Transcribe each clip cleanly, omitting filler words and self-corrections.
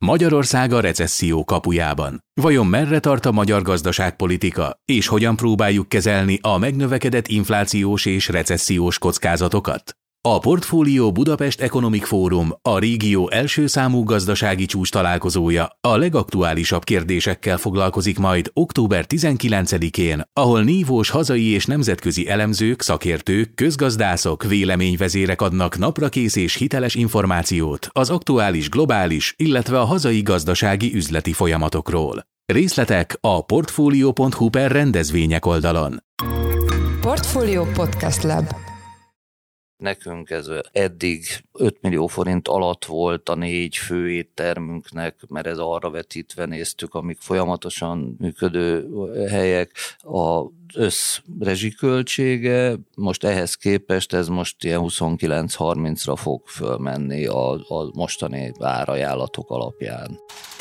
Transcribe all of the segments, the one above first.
Magyarország a recesszió kapujában. Vajon merre tart a magyar gazdaságpolitika, és hogyan próbáljuk kezelni a megnövekedett inflációs és recessziós kockázatokat? A Portfolio Budapest Economic Forum, a régió első számú gazdasági csúcstalálkozója a legaktuálisabb kérdésekkel foglalkozik majd október 19-én, ahol nívós hazai és nemzetközi elemzők, szakértők, közgazdászok, véleményvezérek adnak naprakész és hiteles információt az aktuális globális, illetve a hazai gazdasági üzleti folyamatokról. Részletek a portfolio.hu/rendezvények oldalon. Portfolio Podcast Lab. Nekünk ez eddig 5 millió forint alatt volt a 4 fő éttermünknek, mert ez arra vetítve néztük, amik folyamatosan működő helyek, az összrezsiköltsége, most ehhez képest ez most ilyen 29-30-ra fog fölmenni a mostani árajánlatok alapján.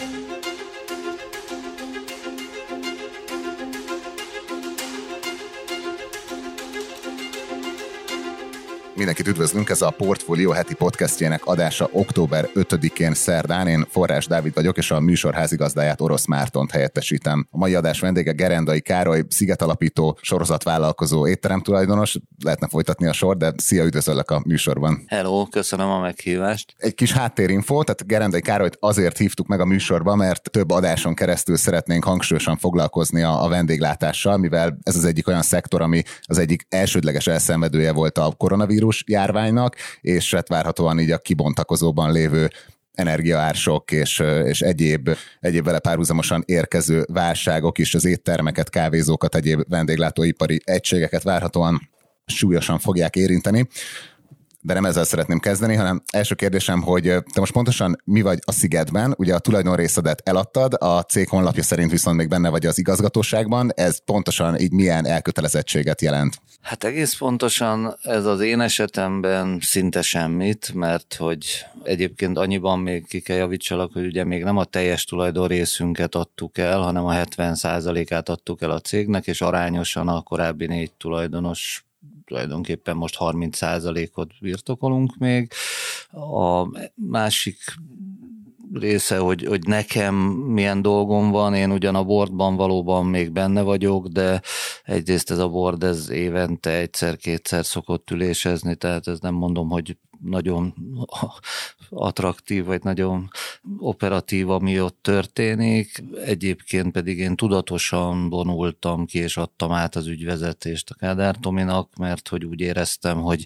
Mindenkit üdvözlünk, ez a Portfolio heti podcastjének adása október 5-én szerdán. Én Forrás Dávid vagyok, és a műsor házigazdáját, Orosz Mártont helyettesítem. A mai adás vendége Gerendai Károly, szigetalapító, sorozatvállalkozó, étteremtulajdonos. Lehetne folytatni a sor, de szia, üdvözöllek a műsorban. Hello, köszönöm a meghívást. Egy kis háttérinfo, tehát Gerendai Károlyt azért hívtuk meg a műsorba, mert több adáson keresztül szeretnénk hangsúlyosan foglalkozni a vendéglátással, mivel ez az egyik olyan szektor, ami az egyik elsődleges elszenvedője volt a koronavírus járványnak, és hát várhatóan így a kibontakozóban lévő energiaársok és egyéb vele párhuzamosan érkező válságok is az éttermeket, kávézókat, egyéb vendéglátóipari egységeket várhatóan súlyosan fogják érinteni. De nem ezzel szeretném kezdeni, hanem első kérdésem, hogy te most pontosan mi vagy a Szigetben? Ugye a tulajdonrészedet eladtad, a cég honlapja szerint viszont még benne vagy az igazgatóságban. Ez pontosan így milyen elkötelezettséget jelent? Hát egész pontosan ez az én esetemben szinte semmit, mert hogy egyébként annyiban még ki kell javítsalak, hogy ugye még nem a teljes tulajdonrészünket adtuk el, hanem a 70%-át adtuk el a cégnek, és arányosan a korábbi 4 tulajdonos tulajdonképpen most 30%-ot birtokolunk még. A másik része, hogy nekem milyen dolgom van, én ugyan a boardban valóban még benne vagyok, de egyrészt ez a board ez évente egyszer-kétszer szokott ülésezni, tehát ez nem mondom, hogy nagyon attraktív, vagy nagyon operatív, ami ott történik. Egyébként pedig én tudatosan vonultam ki, és adtam át az ügyvezetést a Kádár Tominak, mert hogy úgy éreztem, hogy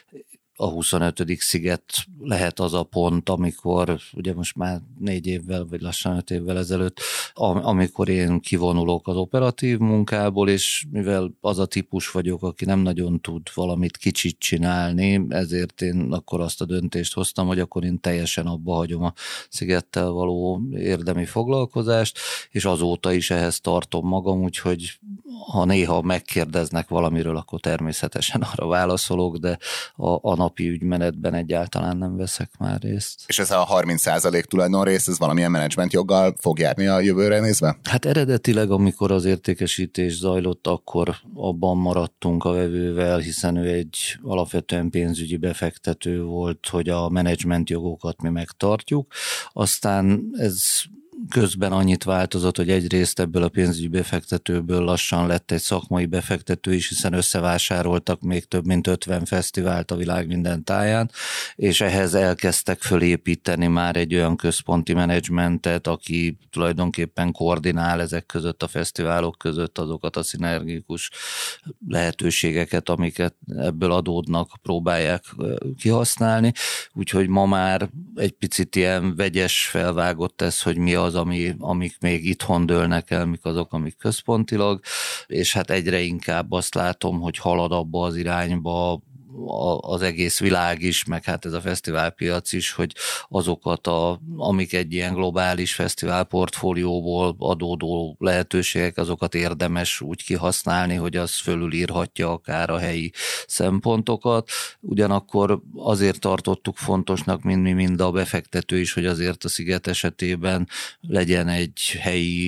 a 25. sziget lehet az a pont, amikor, ugye most már 4 évvel, vagy lassan 5 évvel ezelőtt, amikor én kivonulok az operatív munkából, és mivel az a típus vagyok, aki nem nagyon tud valamit kicsit csinálni, ezért én akkor azt a döntést hoztam, hogy akkor én teljesen abba hagyom a szigettel való érdemi foglalkozást, és azóta is ehhez tartom magam, úgyhogy ha néha megkérdeznek valamiről, akkor természetesen arra válaszolok, de a napi ügymenetben egyáltalán nem veszek már részt. És ez a 30% tulajdonrész, ez valamilyen menedzsmentjoggal fog járni a jövőre nézve? Hát eredetileg, amikor az értékesítés zajlott, akkor abban maradtunk a vevővel, hiszen ő egy alapvetően pénzügyi befektető volt, hogy a menedzsmentjogokat mi megtartjuk. Aztán ez közben annyit változott, hogy egyrészt ebből a pénzügyi befektetőből lassan lett egy szakmai befektető is, hiszen összevásároltak még több mint 50 fesztivált a világ minden táján, és ehhez elkezdtek fölépíteni már egy olyan központi menedzsmentet, aki tulajdonképpen koordinál ezek között a fesztiválok között azokat a szinergikus lehetőségeket, amiket ebből adódnak, próbálják kihasználni. Úgyhogy ma már egy picit ilyen vegyes felvágott ez, hogy mi az, amik még itthon dőlnek el, mik azok, amik központilag, és hát egyre inkább azt látom, hogy halad abba az irányba az egész világ is, meg hát ez a fesztiválpiac is, hogy azokat, amik egy ilyen globális fesztivál portfólióból adódó lehetőségek, azokat érdemes úgy kihasználni, hogy az fölülírhatja akár a helyi szempontokat. Ugyanakkor azért tartottuk fontosnak, mind a befektető is, hogy azért a Sziget esetében legyen egy helyi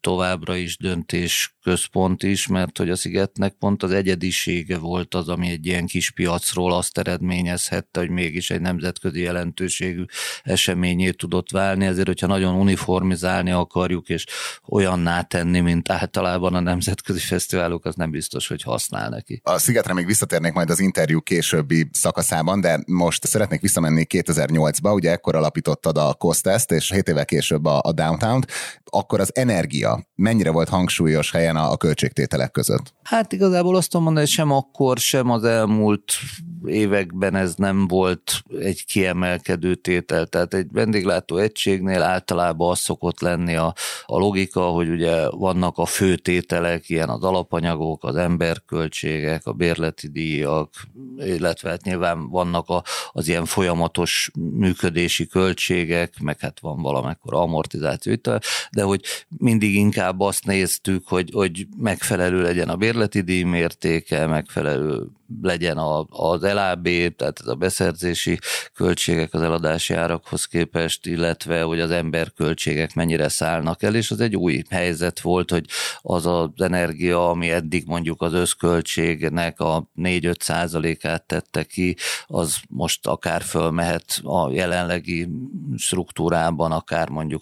továbbra is döntésközpont is, mert hogy a Szigetnek pont az egyedisége volt az, ami egy ilyen kis piacról azt eredményezhette, hogy mégis egy nemzetközi jelentőségű eseményé tudott válni, ezért, hogyha nagyon uniformizálni akarjuk, és olyanná tenni, mint általában a nemzetközi fesztiválok, az nem biztos, hogy használ neki. A Szigetre még visszatérnék majd az interjú későbbi szakaszában, de most szeretnék visszamenni 2008-ba, ugye ekkor alapítottad a Kostest, és 7 évvel később a Downtownt. Akkor az energia mennyire volt hangsúlyos helyen a költségtételek között? Hát igazából azt tudom mondani, hogy sem akkor, sem az elmúlt években ez nem volt egy kiemelkedő tétel. Tehát egy vendéglátó egységnél általában az szokott lenni a logika, hogy ugye vannak a fő tételek, ilyen az alapanyagok, az emberköltségek, a bérleti díjak, illetve hát nyilván vannak az ilyen folyamatos működési költségek, meg hát van valamekkor amortizáció, de hogy mindig inkább azt néztük, hogy megfelelő legyen a bérleti díj mértéke, megfelelő legyen az LAB, tehát ez a beszerzési költségek az eladási árakhoz képest, illetve hogy az emberköltségek mennyire szállnak el, és az egy új helyzet volt, hogy az az energia, ami eddig mondjuk az összköltségnek a 4-5%-át tette ki, az most akár fölmehet a jelenlegi struktúrában, akár mondjuk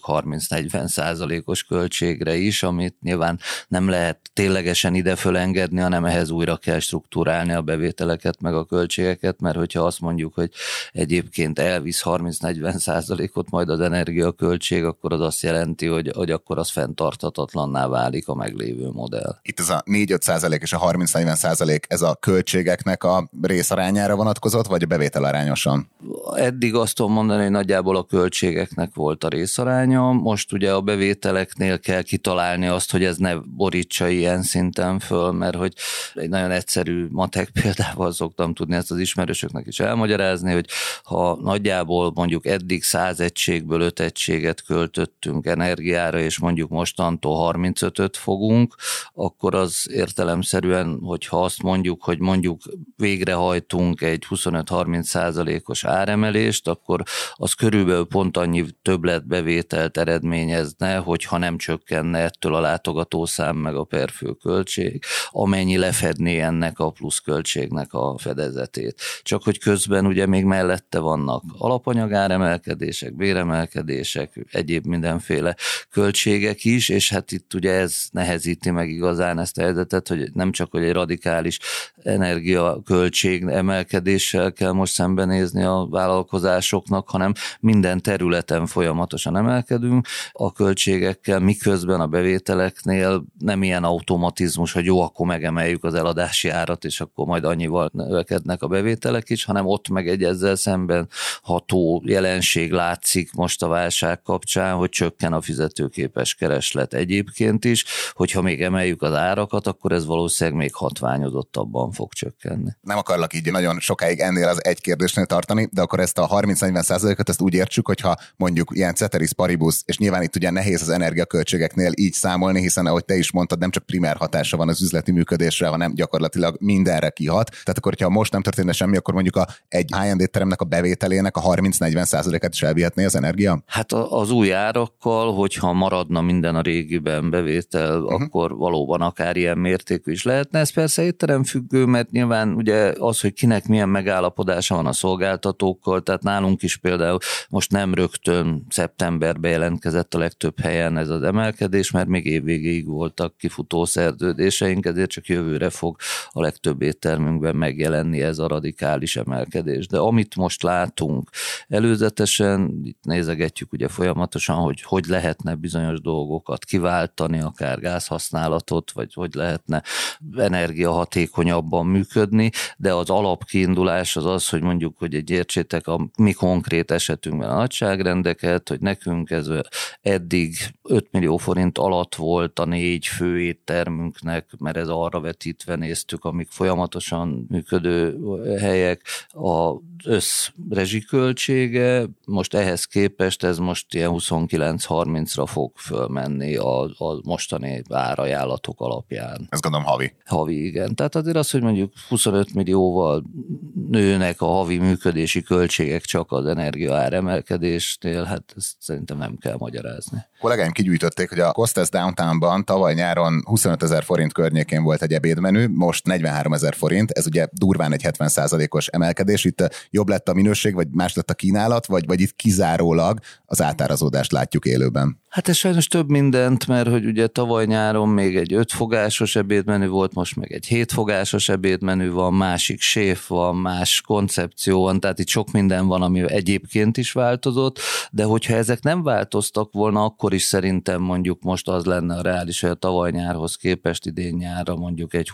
30-40%-os költségre is, amit nyilván nem lehet ténylegesen ide fölengedni, hanem ehhez újra kell struktúrálni a bevételeket, meg a költségeket, mert hogyha azt mondjuk, hogy egyébként elvisz 30-40%-ot majd az energiaköltség, akkor az azt jelenti, hogy akkor az fenntarthatatlanná válik a meglévő modell. Itt ez a 4-5% és a 30-40% ez a költségeknek a részarányára vonatkozott, vagy a bevételarányosan? Eddig azt tudom mondani, hogy nagyjából a költségeknek volt a részaránya, most ugye a bevételeknél kell kitalálni azt, hogy ez ne borítsa ilyen szinten föl, mert hogy egy nagyon egyszerű matek példával szoktam tudni ezt az ismerősöknek is elmagyarázni, hogy ha nagyjából mondjuk eddig 100 egységből 5 egységet költöttünk energiára, és mondjuk mostantól 35-öt fogunk, akkor az értelemszerűen, hogyha azt mondjuk, hogy mondjuk végrehajtunk egy 25-30%-os áremelést, akkor az körülbelül pont annyi többletbevételt eredményezne, hogyha nem csökkenne ettől a látogatószám meg a perfő költség, amennyi lefedné ennek a pluszköltségnek a fedezetét. Csak hogy közben ugye még mellette vannak alapanyagáremelkedések, béremelkedések, egyéb mindenféle költségek is, és hát itt ugye ez nehezíti meg igazán ezt a helyzetet, hogy nem csak hogy egy radikális energiaköltség emelkedéssel kell most szembenézni a vállalkozásoknak, hanem minden területen folyamatosan emelkedünk a költségekkel, miközben a bevételeknél nem ilyen automatizmus, hogy jó, akkor megemeljük az eladási árat, és akkor majd annyival növekednek a bevételek is, hanem ott meg egy ezzel szemben ható jelenség látszik most a válság kapcsán, hogy csökken a fizetőképes kereslet egyébként is, hogyha még emeljük az árakat, akkor ez valószínűleg még hatványozottabban fog csökkenni. Nem akarlak így nagyon sokáig ennél az egy kérdésnél tartani, de akkor ezt a 30-40%-ot ezt úgy értsük, hogyha mondjuk ilyen ceteris paribus, és nyilván itt ugye nehéz az energiaköltségeknél így számolni, hiszen ahogy te is mondtad, nem csak primer hatása van az üzleti működésre, hanem gyakorlatilag mindenre kihat. Tehát akkor, hogyha most nem történne semmi, akkor mondjuk egy high-end étteremnek a bevételének a 30-40%-át is elvihetné az energia? Hát az új árakkal, hogyha maradna minden a régiben bevétel, akkor valóban akár ilyen mértékű is lehetne. Ez persze étteremfüggő, mert nyilván ugye az, hogy kinek milyen megállapodása van a szolgáltatókkal, tehát nálunk is például most nem rögtön szeptemberben jelentkezett a legtöbb helyen ez az emelkedés, mert még évvégéig voltak kifutó szerződéseink, ezért csak jövőre fog a legtöbb éttermünkben megjelenni ez a radikális emelkedés. De amit most látunk előzetesen, itt nézegetjük ugye folyamatosan, hogy lehetne bizonyos dolgokat kiváltani, akár gázhasználatot, vagy hogy lehetne energiahatékonyabban működni, de az alapkiindulás az, hogy mondjuk, hogy értsétek a mi konkrét esetünkben a nagyságrendeket, hogy nekünk ez eddig 5 millió forint alatt volt a 4 fő éttermünknek, mert ez arra vetítve néztük, amik folyamatosan működő helyek, az összrezsiköltsége, most ehhez képest ez most ilyen 29-30-ra fog fölmenni a mostani árajánlatok alapján. Ezt gondolom havi. Havi, igen. Tehát azért az, hogy mondjuk 25 millióval nőnek a havi működési költségek csak az energiaár emelkedésnél, hát ezt szerintem nem kell magyarázni. Kollégáim kigyűjtötték, hogy a Costes Downtownban tavaly nyáron 25 000 forint környékén volt egy ebédmenü, most 43 000 forint, ez ugye durván egy 70%-os emelkedés. Itt jobb lett a minőség, vagy más lett a kínálat, vagy itt kizárólag az átárazódást látjuk élőben? Hát ez sajnos több mindent, mert hogy ugye tavaly nyáron még egy 5 fogásos ebédmenü volt, most meg egy 7 fogásos ebédmenü van, másik séf van, más koncepció van, tehát itt sok minden van, ami egyébként is változott, de hogyha ezek nem változtak volna, akkor is szerintem mondjuk most az lenne a reális, hogy a tavaly nyárhoz képest idén nyárra mondjuk egy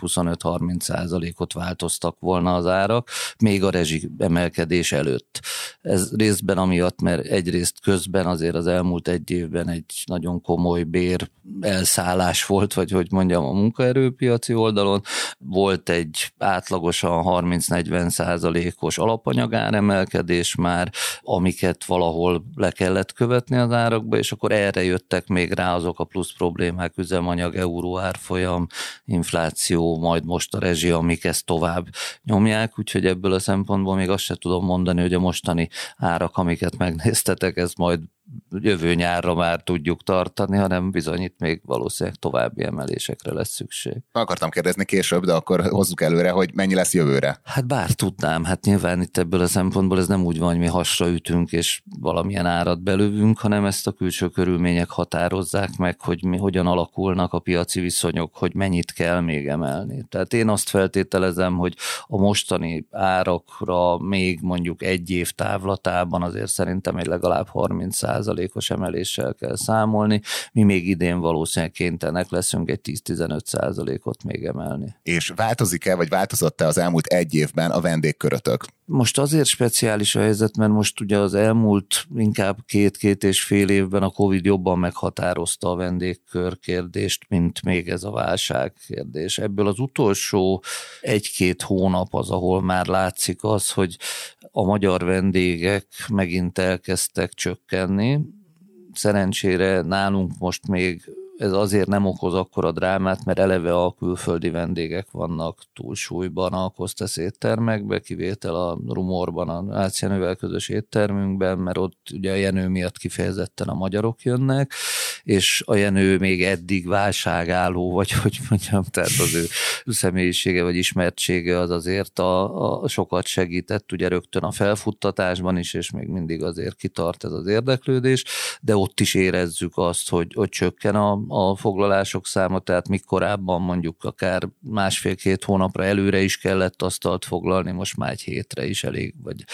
25-30%-ot változtak volna az árak, még a rezsi emelkedés előtt. Ez részben amiatt, mert egyrészt közben azért az elmúlt egy évben egy nagyon komoly bér elszállás volt, vagy hogy mondjam, a munkaerőpiaci oldalon. Volt egy átlagosan 30-40%-os alapanyagáremelkedés már, amiket valahol le kellett követni az árakba, és akkor erre jöttek még rá azok a plusz problémák, üzemanyag, euró árfolyam, infláció, majd most a rezsi, amik ezt tovább nyomják, úgyhogy ebből a szempontból még azt sem tudom mondani, hogy a mostani árak, amiket megnéztetek, ez majd jövő nyárra már tudjuk tartani, hanem bizony itt még valószínűleg további emelésekre lesz szükség. Akartam kérdezni később, de akkor hozzuk előre, hogy mennyi lesz jövőre. Hát bár tudnám, hát nyilván itt ebből a szempontból ez nem úgy van, hogy mi hasra ütünk és valamilyen árat belövünk, hanem ezt a külső körülmények határozzák meg, hogy mi hogyan alakulnak a piaci viszonyok, hogy mennyit kell még emelni. Tehát én azt feltételezem, hogy a mostani árakra még mondjuk egy év távlatában azért szerintem egy legalább 30%-os emeléssel kell számolni. Mi még idén valószínűleg kénytelenek leszünk egy 10-15%-ot még emelni. És változik-e, vagy változott-e az elmúlt egy évben a vendégkörötök? Most azért speciális a helyzet, mert most ugye az elmúlt inkább 2-2,5 évben a Covid jobban meghatározta a vendégkör kérdést, mint még ez a válság kérdés. Ebből az utolsó 1-2 hónap az, ahol már látszik az, hogy a magyar vendégek megint elkezdtek csökkenni. Szerencsére nálunk most még ez azért nem okoz akkora drámát, mert eleve a külföldi vendégek vannak túlsúlyban a Costes éttermekben, kivétel a Rumorban, a Ácsienővel közös éttermünkben, mert ott ugye a Jenő miatt kifejezetten a magyarok jönnek, és a Jenő még eddig válságálló, vagy hogy mondjam, tehát az ő személyisége vagy ismertsége az azért a sokat segített, ugye rögtön a felfuttatásban is, és még mindig azért kitart ez az érdeklődés, de ott is érezzük azt, hogy csökken a foglalások száma, tehát még korábban mondjuk akár 1,5-2 hónapra előre is kellett asztalt foglalni, most már egy hétre is elég, vagy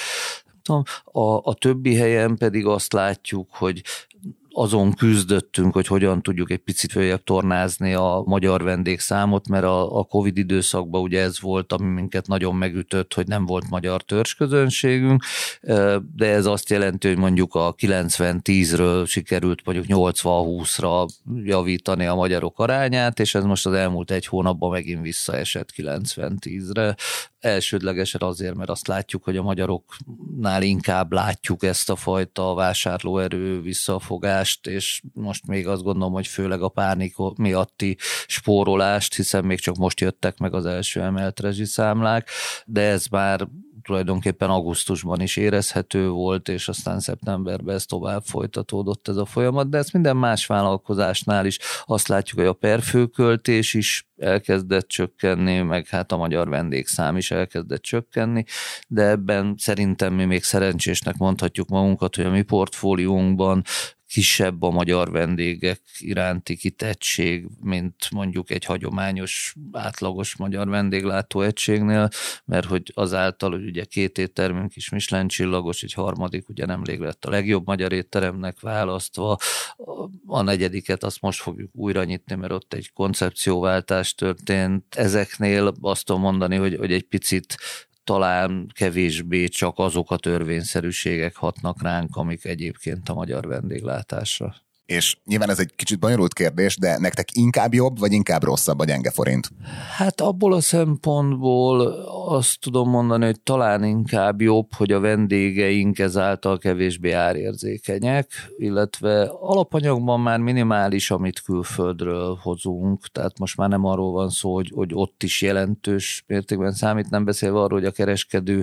a többi helyen pedig azt látjuk, hogy azon küzdöttünk, hogy hogyan tudjuk egy picit följebb tornázni a magyar vendégszámot, mert a Covid időszakban ugye ez volt, ami minket nagyon megütött, hogy nem volt magyar törzsközönségünk, de ez azt jelenti, hogy mondjuk a 90-10-ről sikerült mondjuk 80-20-ra javítani a magyarok arányát, és ez most az elmúlt egy hónapban megint visszaesett 90-10-re. Elsődlegesen azért, mert azt látjuk, hogy a magyaroknál inkább látjuk ezt a fajta vásárlóerő visszafogást, és most még azt gondolom, hogy főleg a pánik miatti spórolást, hiszen még csak most jöttek meg az első emelt rezsiszámlák, de ez már tulajdonképpen augusztusban is érezhető volt, és aztán szeptemberben ez tovább folytatódott ez a folyamat, de ezt minden más vállalkozásnál is azt látjuk, hogy a perfőköltés is elkezdett csökkenni, meg hát a magyar vendégszám is elkezdett csökkenni, de ebben szerintem mi még szerencsésnek mondhatjuk magunkat, hogy a mi portfóliónkban kisebb a magyar vendégek iránti kitettség, mint mondjuk egy hagyományos, átlagos magyar vendéglátóegységnél, mert hogy azáltal, hogy ugye 2 éttermünk is Michelin csillagos, egy harmadik ugye nemrég lett a legjobb magyar étteremnek választva, a 4. azt most fogjuk újra nyitni, mert ott egy koncepcióváltás történt. Ezeknél azt tudom mondani, hogy egy picit talán kevésbé csak azok a törvényszerűségek hatnak ránk, amik egyébként a magyar vendéglátásra. És nyilván ez egy kicsit bonyolult kérdés, de nektek inkább jobb, vagy inkább rosszabb a gyenge forint? Hát abból a szempontból azt tudom mondani, hogy talán inkább jobb, hogy a vendégeink ezáltal kevésbé árérzékenyek, illetve alapanyagban már minimális, amit külföldről hozunk, tehát most már nem arról van szó, hogy ott is jelentős mértékben számít, nem beszélve arról, hogy a kereskedő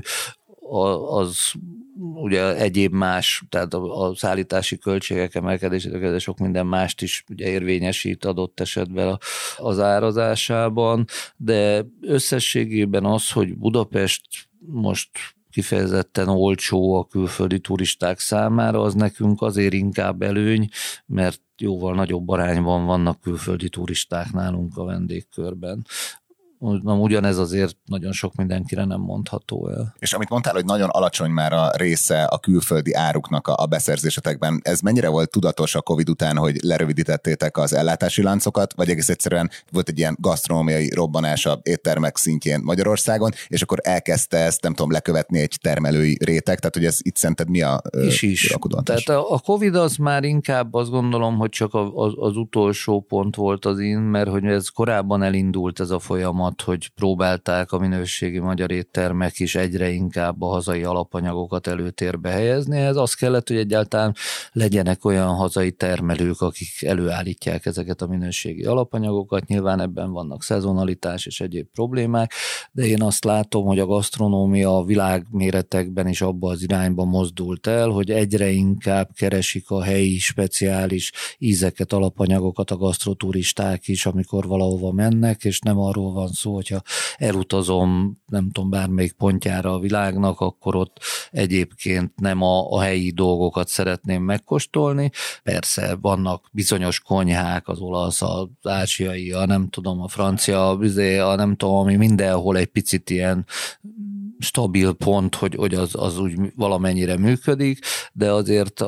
az ugye egyéb más, tehát a szállítási költségek emelkedését, de sok minden mást is ugye érvényesít adott esetben az árazásában, de összességében az, hogy Budapest most kifejezetten olcsó a külföldi turisták számára, az nekünk azért inkább előny, mert jóval nagyobb arányban vannak külföldi turisták nálunk a vendégkörben. Ugyanez azért nagyon sok mindenkire nem mondható el. És amit mondtál, hogy nagyon alacsony már a része a külföldi áruknak a beszerzésetekben, ez mennyire volt tudatos a Covid után, hogy lerövidítettétek az ellátási láncokat, vagy egész egyszerűen volt egy ilyen gasztronómiai robbanás a éttermek szintjén Magyarországon, és akkor elkezdte ezt, nem tudom, lekövetni egy termelői réteg, tehát hogy ez itt szerinted mi a rakodóhatás? Tehát a Covid az már inkább azt gondolom, hogy csak az utolsó pont volt az mert hogy ez korábban elindult ez a folyamat, hogy próbálták a minőségi magyar éttermek is egyre inkább a hazai alapanyagokat előtérbe helyezni. Ez az kellett, hogy egyáltalán legyenek olyan hazai termelők, akik előállítják ezeket a minőségi alapanyagokat. Nyilván ebben vannak szezonalitás és egyéb problémák, de én azt látom, hogy a gasztronómia a világméretekben is abba az irányba mozdult el, hogy egyre inkább keresik a helyi speciális ízeket, alapanyagokat a gasztroturisták is, amikor valahova mennek, és nem arról van szó, hogyha elutazom, nem tudom, bármelyik pontjára a világnak, akkor ott egyébként nem a helyi dolgokat szeretném megkóstolni. Persze vannak bizonyos konyhák, az olasz, az ázsiai, nem tudom, a francia, nem tudom, ami mindenhol egy picit ilyen stabil pont, hogy az úgy valamennyire működik, de azért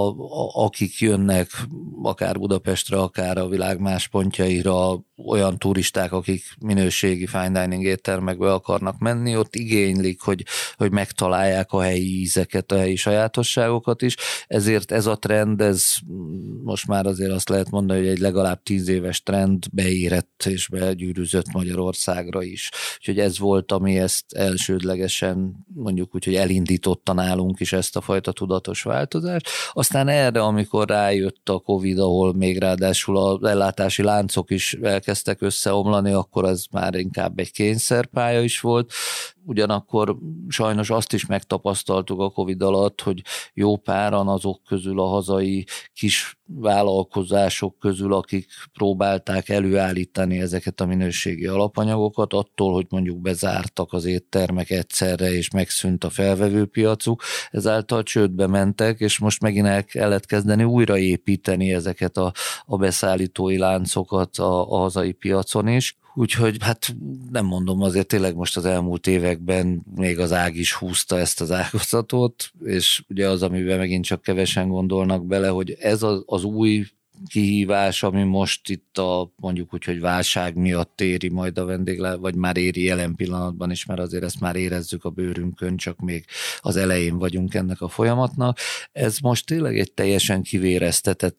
akik jönnek akár Budapestre, akár a világ más pontjaira, olyan turisták, akik minőségi fine dining éttermekbe akarnak menni, ott igénylik, hogy megtalálják a helyi ízeket, a helyi sajátosságokat is. Ezért ez a trend, ez most már azért azt lehet mondani, hogy egy legalább 10 éves trend beérett és begyűrűzött Magyarországra is. Úgyhogy ez volt, ami ezt elsődlegesen mondjuk úgy, hogy elindította nálunk is ezt a fajta tudatos változást. Aztán erre, amikor rájött a Covid, ahol még ráadásul az ellátási láncok is elkezdtek összeomlani, akkor ez már inkább egy kényszerpálya is volt. Ugyanakkor sajnos azt is megtapasztaltuk a Covid alatt, hogy jó páran azok közül, a hazai kis vállalkozások közül, akik próbálták előállítani ezeket a minőségi alapanyagokat, attól, hogy mondjuk bezártak az éttermek egyszerre, és megszűnt a felvevőpiacuk, ezáltal csődbe mentek, és most megint el kellett kezdeni újraépíteni ezeket a beszállítói láncokat a hazai piacon is. Úgyhogy hát nem mondom, azért tényleg most az elmúlt években még az ág is húzta ezt az ágazatot, és ugye az, amiben megint csak kevesen gondolnak bele, hogy ez az új kihívás, ami most itt mondjuk úgy, hogy válság miatt éri majd a vagy már éri jelen pillanatban is, mert azért ezt már érezzük a bőrünkön, csak még az elején vagyunk ennek a folyamatnak. Ez most tényleg egy teljesen kivéreztetett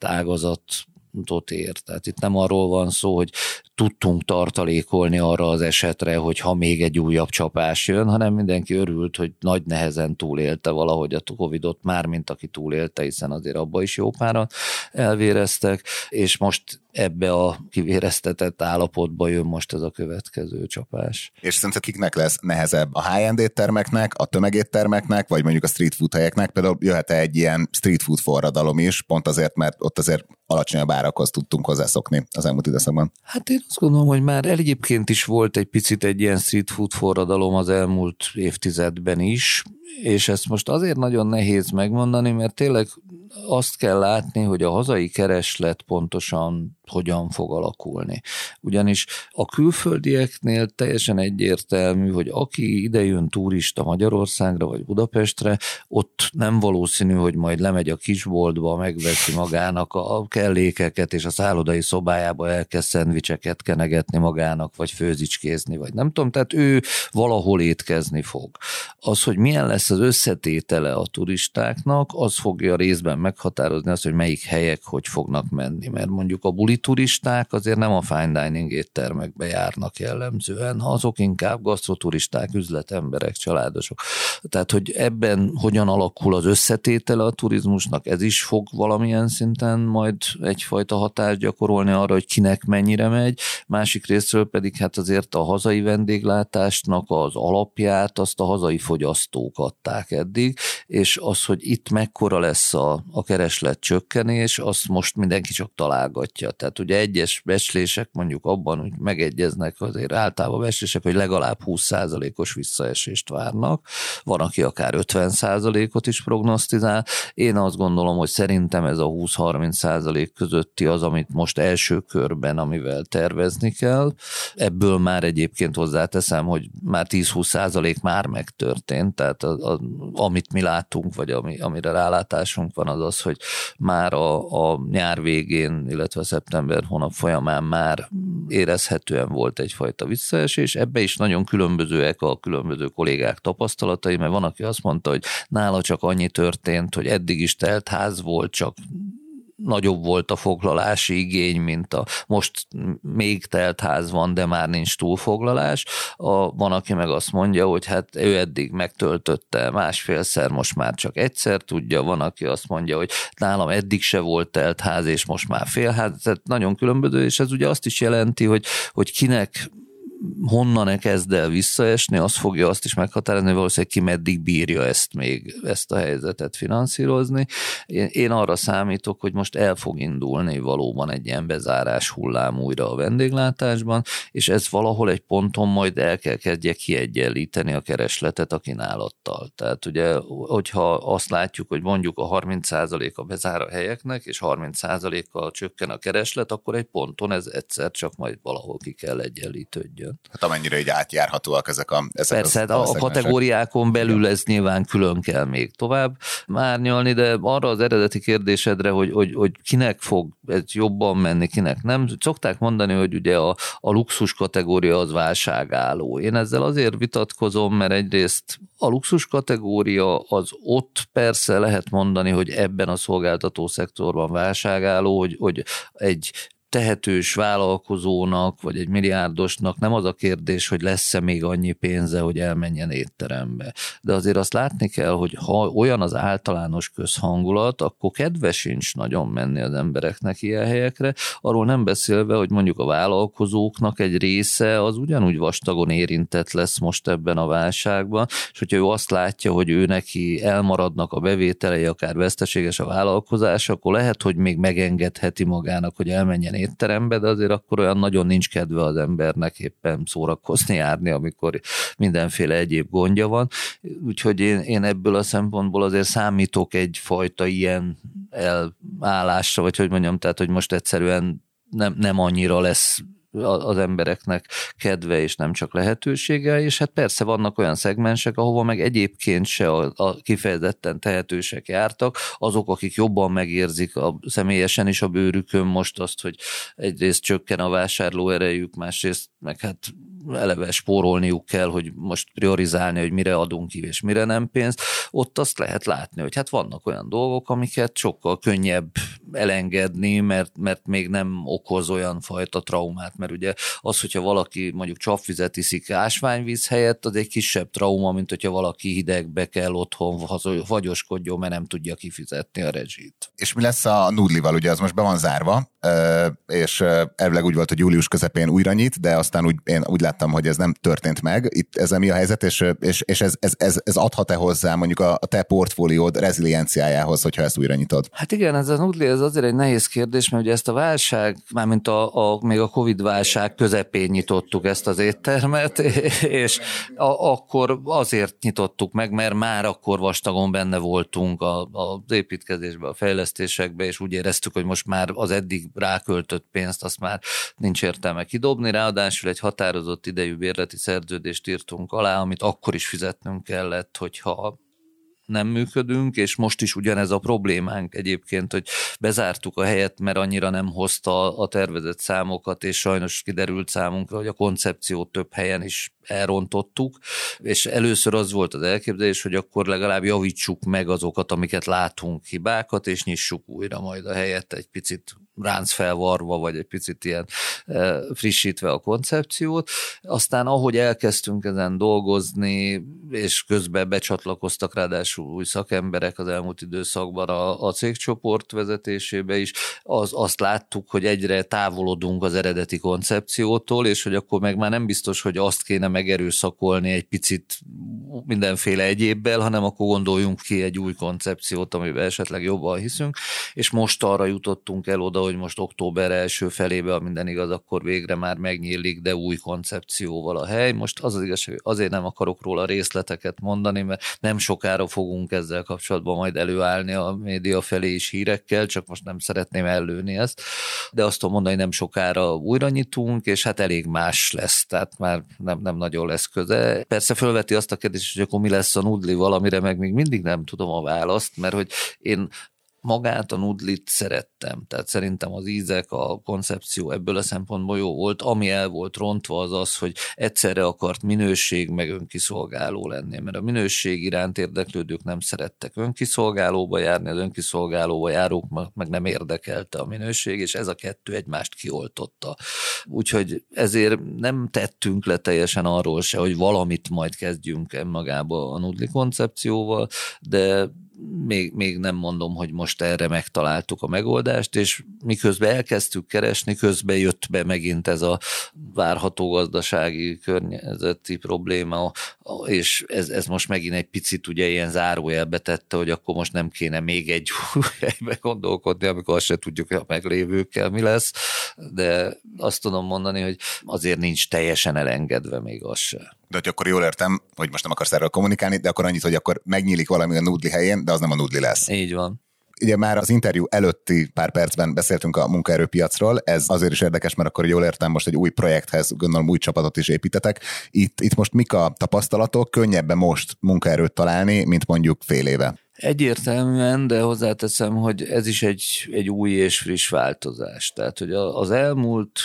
ágazatot ér. Tehát itt nem arról van szó, hogy tudtunk tartalékolni arra az esetre, hogy ha még egy újabb csapás jön, hanem mindenki örült, hogy nagy nehezen túlélte valahogy a Covidot, mármint aki túlélte, hiszen azért abba is jó páran elvéreztek, és most ebbe a kivéreztetett állapotba jön most ez a következő csapás. És szerinted kiknek lesz nehezebb? A high-end éttermeknek, a tömegéttermeknek, vagy mondjuk a street food helyeknek? Például jöhet-e egy ilyen street food forradalom is, pont azért, mert ott azért alacsonyabb árakhoz tudtunk hozzászokni az elmúlt időszakban? Hát én azt gondolom, hogy már egyébként is volt egy picit egy ilyen street food forradalom az elmúlt évtizedben is, és ezt most azért nagyon nehéz megmondani, mert tényleg azt kell látni, hogy a hazai kereslet pontosan hogyan fog alakulni. Ugyanis a külföldieknél teljesen egyértelmű, hogy aki idejön turista Magyarországra vagy Budapestre, ott nem valószínű, hogy majd lemegy a kisboltba, megveszi magának a kellékeket, és a szállodai szobájába elkezd szendvicseket kenegetni magának, vagy főzicskézni, vagy nem tudom, tehát ő valahol étkezni fog. Az, hogy milyen lesz az összetétele a turistáknak, az fogja részben meghatározni azt, hogy melyik helyek hogy fognak menni, mert mondjuk a buli turisták azért nem a fine dining éttermekbe járnak jellemzően, azok inkább gasztroturisták, üzletemberek, családosok. Tehát, hogy ebben hogyan alakul az összetétele a turizmusnak, ez is fog valamilyen szinten majd egyfajta hatást gyakorolni arra, hogy kinek mennyire megy, másik részről pedig hát azért a hazai vendéglátásnak az alapját azt a hazai fogyasztók adták eddig, és az, hogy itt mekkora lesz a kereslet csökkenés, azt most mindenki csak találgatja. Tehát ugye egyes becslések mondjuk abban, hogy megegyeznek azért általában becslések, hogy legalább 20%-os visszaesést várnak, van, aki akár 50%-ot is prognosztizál. Én azt gondolom, hogy szerintem ez a 20-30% közötti az, amit most első körben, amivel tervezni kell. Ebből már egyébként hozzáteszem, hogy már 10-20% már megtörtént, tehát amit mi látunk, vagy amire rálátásunk van, az az, hogy már a nyár végén, illetve szeptember hónap folyamán már érezhetően volt egyfajta visszaesés. Ebbe is nagyon különbözőek a különböző kollégák tapasztalatai, mert van, aki azt mondta, hogy nála csak annyi történt, hogy eddig is telt ház volt, csak nagyobb volt a foglalási igény, mint most még telt ház van, de már nincs túlfoglalás. Van, aki meg azt mondja, hogy hát ő eddig megtöltötte másfélszer, most már csak egyszer tudja. Van, aki azt mondja, hogy nálam eddig se volt telt ház, és most már félház. Tehát nagyon különböző, és ez ugye azt is jelenti, hogy kinek honnan kezd el visszaesni, az fogja azt is meghatározni, hogy valószínűleg ki meddig bírja ezt a helyzetet finanszírozni. Én arra számítok, hogy most el fog indulni valóban egy ilyen bezárás hullám újra a vendéglátásban, és ez valahol egy ponton majd el kell kezdje kiegyenlíteni a keresletet a kínálattal. Tehát ugye, hogyha azt látjuk, hogy mondjuk a 30%-a bezár a helyeknek, és 30%-kal csökken a kereslet, akkor egy ponton ez egyszer csak majd valahol ki kell egyenlítődjön. Hát amennyire így átjárhatóak ezek Persze, a kategóriákon belül ez nyilván külön kell még tovább márnyalni, de arra az eredeti kérdésedre, hogy kinek fog ez jobban menni, kinek nem. Szokták mondani, hogy ugye a luxus kategória az válságálló. Én ezzel azért vitatkozom, mert egyrészt a luxus kategória az ott persze lehet mondani, hogy ebben a szolgáltató szektorban válságálló, hogy egy tehetős vállalkozónak, vagy egy milliárdosnak nem az a kérdés, hogy lesz-e még annyi pénze, hogy elmenjen étterembe. De azért azt látni kell, hogy ha olyan az általános közhangulat, akkor kedve sincs nagyon menni az embereknek ilyen helyekre. Arról nem beszélve, hogy mondjuk a vállalkozóknak egy része az ugyanúgy vastagon érintett lesz most ebben a válságban, és hogyha ő azt látja, hogy ő neki elmaradnak a bevételei, akár veszteséges a vállalkozás, akkor lehet, hogy még megengedheti magának, hogy elmenjen étterembe, de azért akkor olyan nagyon nincs kedve az embernek éppen szórakozni, járni, amikor mindenféle egyéb gondja van. Úgyhogy én ebből a szempontból azért számítok egyfajta ilyen elállásra, vagy hogy mondjam, tehát hogy most egyszerűen nem annyira lesz az embereknek kedve és nem csak lehetősége, és hát persze vannak olyan szegmensek, ahova meg egyébként se a kifejezetten tehetősek jártak, azok, akik jobban megérzik személyesen is a bőrükön most azt, hogy egyrészt csökken a vásárlóerejük, másrészt meg hát eleve spórolniuk kell, hogy most priorizálni, hogy mire adunk ki és mire nem pénzt, ott azt lehet látni, hogy hát vannak olyan dolgok, amiket sokkal könnyebb elengedni, mert még nem okoz olyan fajta traumát, mert ugye az, hogyha valaki mondjuk csapvizet iszik ásványvíz helyett, az egy kisebb trauma, mint hogyha valaki hidegbe kell otthon fagyoskodjon, mert nem tudja kifizetni a rezsit. És mi lesz a Noodle-val? Ugye az most be van zárva, és elvileg úgy volt, hogy július közepén újra nyit, de aztán én úgy láttam, hogy ez nem történt meg. Itt ezzel mi a helyzet, és ez adhat-e hozzá mondjuk a te portfóliód rezilienciájához, hogyha ezt újra nyitod? Hát igen, ez a Noodle, ez azért egy nehéz kérdés, mert ugye ezt a válság, mármint még a Covid válság közepén nyitottuk ezt az éttermet, és akkor azért nyitottuk meg, mert már akkor vastagon benne voltunk az építkezésben, a fejlesztésekben, és úgy éreztük, hogy most már az eddig ráköltött pénzt azt már nincs értelme kidobni, ráadásul egy határozott idejű bérleti szerződést írtunk alá, amit akkor is fizetnünk kellett, hogyha nem működünk, és most is ugyanez a problémánk egyébként, hogy bezártuk a helyet, mert annyira nem hozta a tervezett számokat, és sajnos kiderült számunkra, hogy a koncepciót több helyen is elrontottuk, és először az volt az elképzelés, hogy akkor legalább javítsuk meg azokat, amiket látunk hibákat, és nyissuk újra majd a helyet egy picit ráncfelvarva, vagy egy picit ilyen frissítve a koncepciót. Aztán ahogy elkezdtünk ezen dolgozni, és közben becsatlakoztak ráadásul új szakemberek az elmúlt időszakban a cégcsoport vezetésébe is, azt láttuk, hogy egyre távolodunk az eredeti koncepciótól, és hogy akkor meg már nem biztos, hogy azt kéne megerőszakolni egy picit mindenféle egyébbel, hanem akkor gondoljunk ki egy új koncepciót, amiben esetleg jobban hiszünk, és most arra jutottunk el oda, hogy most október első felébe, ha minden igaz, akkor végre már megnyílik, de új koncepcióval a hely. Most az igazság, azért nem akarok róla részleteket mondani, mert nem sokára fogunk ezzel kapcsolatban majd előállni a média felé is hírekkel, csak most nem szeretném ellőni ezt, de azt tudom mondani, nem sokára újra nyitunk, és hát elég más lesz, tehát már nem nagyon lesz köze. Persze fölveti azt a kérdést, hogy akkor mi lesz a nudlival, amire meg még mindig nem tudom a választ, mert hogy én magát a nudlit szerettem, tehát szerintem az ízek, a koncepció ebből a szempontból jó volt. Ami el volt rontva az az, hogy egyszerre akart minőség meg önkiszolgáló lenni, mert a minőség iránt érdeklődők nem szerettek önkiszolgálóba járni, az önkiszolgálóba járók meg nem érdekelte a minőség, és ez a kettő egymást kioltotta. Úgyhogy ezért nem tettünk le teljesen arról se, hogy valamit majd kezdjünk magába a nudli koncepcióval, de még nem mondom, hogy most erre megtaláltuk a megoldást, és miközben elkezdtük keresni, közben jött be megint ez a várható gazdasági környezeti probléma, és ez most megint egy picit ugye ilyen zárójelbe tette, hogy akkor most nem kéne még egy helybe gondolkodni, amikor azt se tudjuk, hogy a meglévőkkel mi lesz, de azt tudom mondani, hogy azért nincs teljesen elengedve még az se. De hogy akkor jól értem, hogy most nem akarsz erről kommunikálni, de akkor annyit, hogy akkor megnyílik valami a nudli helyén, de az nem a nudli lesz. Így van. Ugye már az interjú előtti pár percben beszéltünk a munkaerőpiacról, ez azért is érdekes, mert akkor jól értem, most egy új projekthez, gondolom új csapatot is építetek. Itt most mik a tapasztalatok? Könnyebben most munkaerőt találni, mint mondjuk fél éve? Egyértelműen, de hozzáteszem, hogy ez is egy új és friss változás. Tehát, hogy az elmúlt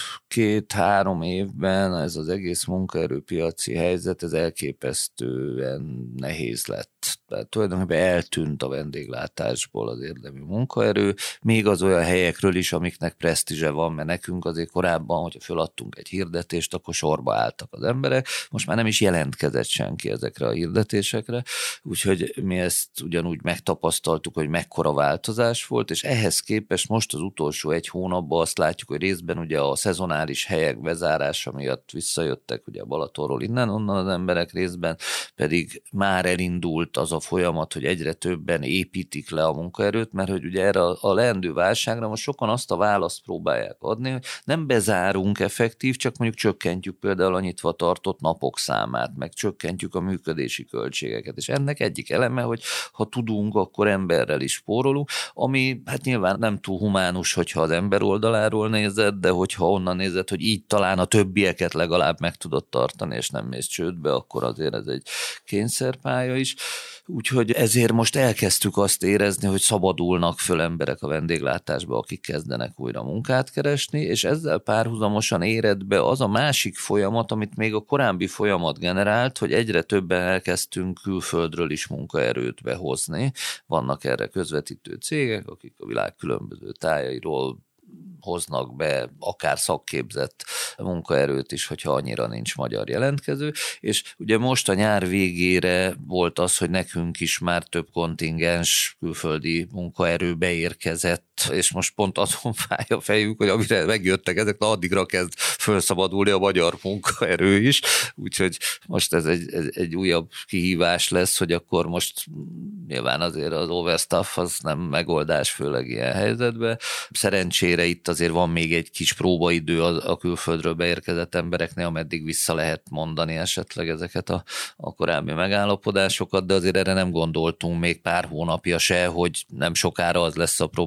2-3 évben ez az egész munkaerőpiaci helyzet, ez elképesztően nehéz lett. Tehát tulajdonképpen eltűnt a vendéglátásból az érdemi munkaerő, még az olyan helyekről is, amiknek presztízse van, mert nekünk azért korábban, hogyha föladtunk egy hirdetést, akkor sorba álltak az emberek, most már nem is jelentkezett senki ezekre a hirdetésekre, úgyhogy mi ezt ugyanúgy megtapasztaltuk, hogy mekkora változás volt, és ehhez képest most az utolsó 1 hónapban azt látjuk, hogy részben ugye a szezonális helyek bezárása miatt visszajöttek ugye a Balatonról innen-onnan az emberek, részben pedig már elindult az a folyamat, hogy egyre többen építik le a munkaerőt, mert hogy ugye erre a leendő válságra most sokan azt a választ próbálják adni, hogy nem bezárunk effektív, csak mondjuk csökkentjük például a nyitva tartott napok számát, meg csökkentjük a működési költségeket, és ennek egyik eleme, hogy ha tudunk, akkor emberrel is spórolunk, ami hát nyilván nem túl humánus, hogyha az ember oldaláról nézed, de hogyha onnan nézed, hogy így talán a többieket legalább meg tudod tartani, és nem mész csődbe, akkor azért ez egy kényszerpálya is. Úgyhogy ezért most elkezdtük azt érezni, hogy szabadulnak föl emberek a vendéglátásba, akik kezdenek újra munkát keresni, és ezzel párhuzamosan éred be az a másik folyamat, amit még a korábbi folyamat generált, hogy egyre többen elkezdtünk külföldről is munkaerőt behozni. Vannak erre közvetítő cégek, akik a világ különböző tájairól hoznak be akár szakképzett munkaerőt is, hogyha annyira nincs magyar jelentkező, és ugye most a nyár végére volt az, hogy nekünk is már több kontingens külföldi munkaerő beérkezett, és most pont azon fáj a fejünk, hogy amire megjöttek ezek, addigra kezd felszabadulni a magyar munkaerő is, úgyhogy most ez egy újabb kihívás lesz, hogy akkor most nyilván azért az overstaff az nem megoldás, főleg ilyen helyzetben. Szerencsére itt azért van még egy kis próbaidő a külföldről beérkezett embereknél, ameddig vissza lehet mondani esetleg ezeket a korábbi megállapodásokat, de azért erre nem gondoltunk még pár hónapja se, hogy nem sokára az lesz a problémánk,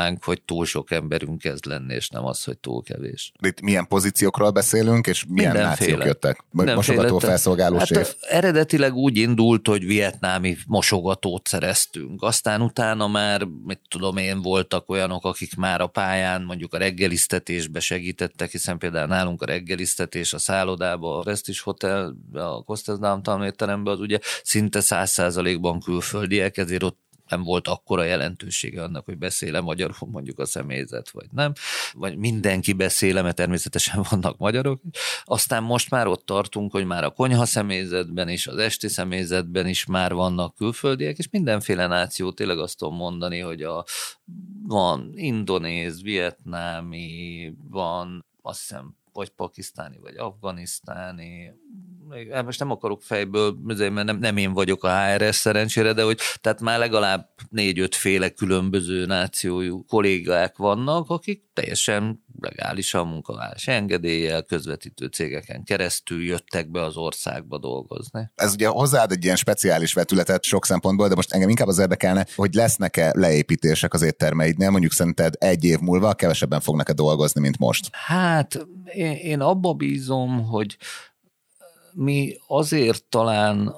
tudnánk, hogy túl sok emberünk kezd lenni, és nem az, hogy túl kevés. Itt milyen pozíciókról beszélünk, és milyen nációk jöttek? Mosogató felszolgáló séf? Eredetileg úgy indult, hogy vietnámi mosogatót szereztünk. Aztán utána már, mit tudom én, voltak olyanok, akik már a pályán mondjuk a reggelisztetésbe segítettek, hiszen például nálunk a reggelisztetés a szállodában, a Prestige Hotel, a Costes Downtown étteremben az ugye szinte 100%-ban külföldiek, ezért ott nem volt akkora jelentősége annak, hogy beszél-e magyarul mondjuk a személyzet, vagy nem. Vagy mindenki beszél, mert természetesen vannak magyarok. Aztán most már ott tartunk, hogy már a konyha személyzetben is, az esti személyzetben is már vannak külföldiek, és mindenféle náció, tényleg azt tudom mondani, hogy van indonéz, vietnámi, van azt hiszem, vagy pakisztáni, vagy afganisztáni, most nem akarok fejből, mert nem én vagyok a HRS szerencsére, de hogy tehát már legalább 4-5 féle különböző nációjú kollégák vannak, akik teljesen legálisan munkavállalási engedéllyel, közvetítő cégeken keresztül jöttek be az országba dolgozni. Ez ugye hozzáad egy ilyen speciális vetületet sok szempontból, de most engem inkább az érdekelne, hogy lesznek-e leépítések az éttermeidnél, mondjuk szerinted 1 év múlva kevesebben fognak-e dolgozni, mint most? Hát én abba bízom, hogy mi azért talán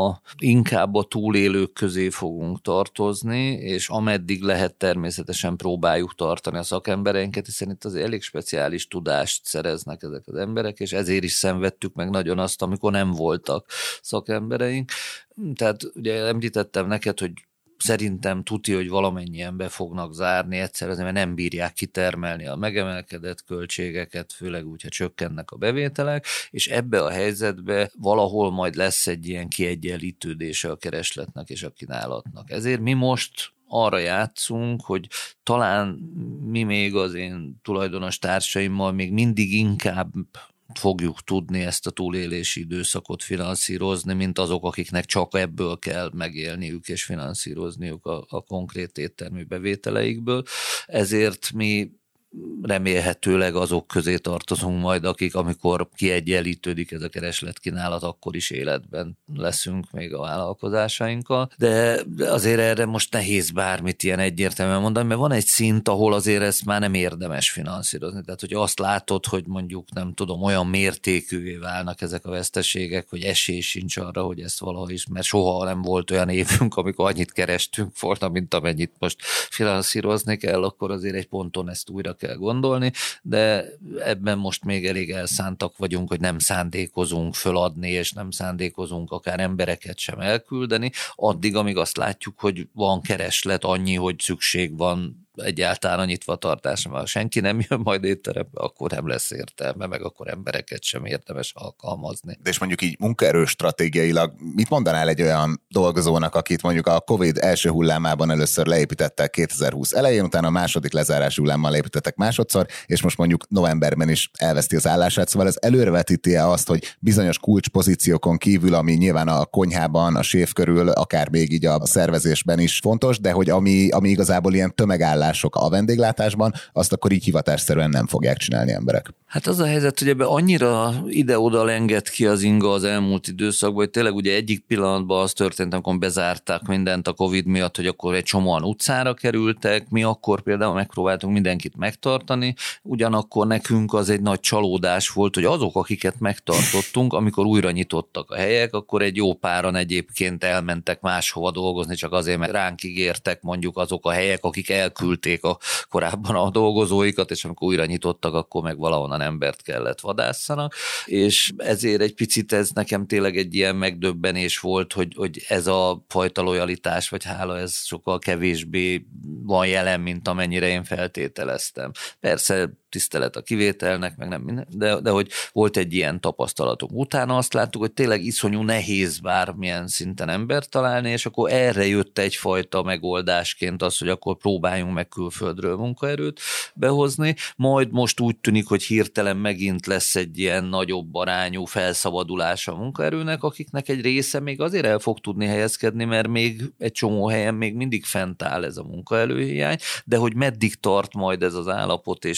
inkább a túlélők közé fogunk tartozni, és ameddig lehet természetesen próbáljuk tartani a szakembereinket, hiszen itt azért elég speciális tudást szereznek ezek az emberek, és ezért is szenvedtük meg nagyon azt, amikor nem voltak szakembereink. Tehát ugye említettem neked, hogy szerintem tuti, hogy valamennyien be fognak zárni egyszer, azért, mert nem bírják kitermelni a megemelkedett költségeket, főleg úgy, ha csökkennek a bevételek, és ebbe a helyzetbe valahol majd lesz egy ilyen kiegyenlítődése a keresletnek és a kínálatnak. Ezért mi most arra játszunk, hogy talán mi még az én tulajdonos társaimmal még mindig inkább fogjuk tudni ezt a túlélési időszakot finanszírozni, mint azok, akiknek csak ebből kell megélniük és finanszírozniuk a konkrét éttermi bevételeikből. Ezért mi remélhetőleg azok közé tartozunk majd, akik, amikor kiegyenlítődik ez a keresletkínálat, akkor is életben leszünk még a vállalkozásainkkal. De azért erre most nehéz bármit ilyen egyértelműen mondani, mert van egy szint, ahol azért ezt már nem érdemes finanszírozni. Tehát, hogy azt látod, hogy mondjuk nem tudom, olyan mértékűvé válnak ezek a veszteségek, hogy esély sincs arra, hogy ezt valaha is, mert soha nem volt olyan évünk, amikor annyit kerestünk volna, mint amennyit most finanszírozni kell, akkor azért egy ponton ezt újra kell gondolni, de ebben most még elég elszántak vagyunk, hogy nem szándékozunk föladni, és nem szándékozunk akár embereket sem elküldeni, addig, amíg azt látjuk, hogy van kereslet annyi, hogy szükség van egyáltalán a nyitva tartásra, mert ha senki nem jön majd étterembe, akkor nem lesz értelme, meg akkor embereket sem érdemes alkalmazni. De és mondjuk így munkaerő stratégiailag mit mondanál egy olyan dolgozónak, akit mondjuk a Covid első hullámában először leépítettek 2020 elején, utána a második lezárási hullámmal leépítettek másodszor, és most mondjuk novemberben is elveszti az állását, szóval ez előrevetíti-e azt, hogy bizonyos kulcspozíciókon kívül, ami nyilván a konyhában, a séf körül, akár még így a szervezésben is fontos, de hogy ami igazából ilyen tömegállás a vendéglátásban, azt akkor így hivatásszerűen nem fogják csinálni emberek. Hát az a helyzet, hogy ebben annyira ide-oda lengett ki az inga az elmúlt időszakban, hogy tényleg ugye egyik pillanatban az történt, amikor bezárták mindent a Covid miatt, hogy akkor egy csomóan utcára kerültek, mi akkor például megpróbáltunk mindenkit megtartani, ugyanakkor nekünk az egy nagy csalódás volt, hogy azok, akiket megtartottunk, amikor újra nyitottak a helyek, akkor egy jó páran egyébként elmentek máshova dolgozni, csak azért, mert ránk ígértek mondjuk azok a helyek, akik elküldték korábban a dolgozóikat, és amikor újra nyitottak, akkor meg valahonnan embert kellett vadászanak, és ezért egy picit ez nekem tényleg egy ilyen megdöbbenés volt, hogy ez a fajta lojalitás, vagy hála, ez sokkal kevésbé van jelen, mint amennyire én feltételeztem. Persze tisztelet a kivételnek, meg nem minden, de hogy volt egy ilyen tapasztalatunk. Utána azt láttuk, hogy tényleg iszonyú nehéz bármilyen szinten embert találni, és akkor erre jött egyfajta megoldásként az, hogy akkor próbáljunk meg külföldről munkaerőt behozni, majd most úgy tűnik, hogy hirtelen megint lesz egy ilyen nagyobb arányú felszabadulás a munkaerőnek, akiknek egy része még azért el fog tudni helyezkedni, mert még egy csomó helyen még mindig fent áll ez a munkaerőhiány, de hogy meddig tart majd ez az állapot, és mikor